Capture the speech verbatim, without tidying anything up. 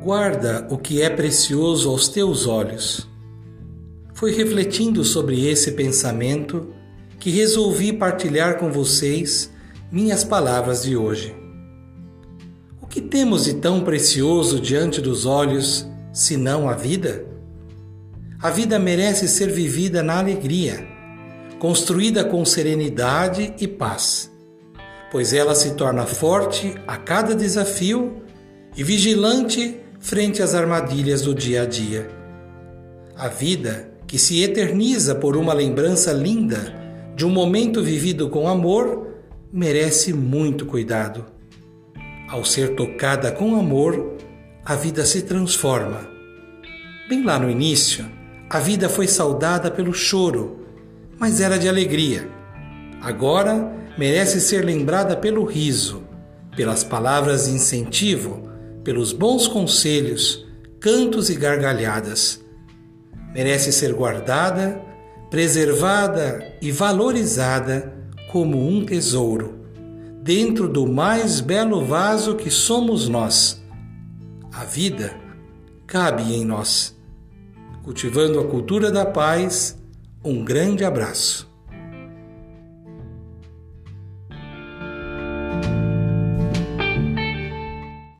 Guarda o que é precioso aos teus olhos. Foi refletindo sobre esse pensamento que resolvi partilhar com vocês minhas palavras de hoje. O que temos de tão precioso diante dos olhos, senão a vida? A vida merece ser vivida na alegria, construída com serenidade e paz, pois ela se torna forte a cada desafio e vigilante frente às armadilhas do dia a dia. A vida, que se eterniza por uma lembrança linda de um momento vivido com amor, merece muito cuidado. Ao ser tocada com amor, a vida se transforma. Bem lá no início, a vida foi saudada pelo choro, mas era de alegria. Agora merece ser lembrada pelo riso, pelas palavras de incentivo, pelos bons conselhos, cantos e gargalhadas. Merece ser guardada, preservada e valorizada como um tesouro, dentro do mais belo vaso que somos nós. A vida cabe em nós. Cultivando a cultura da paz, um grande abraço.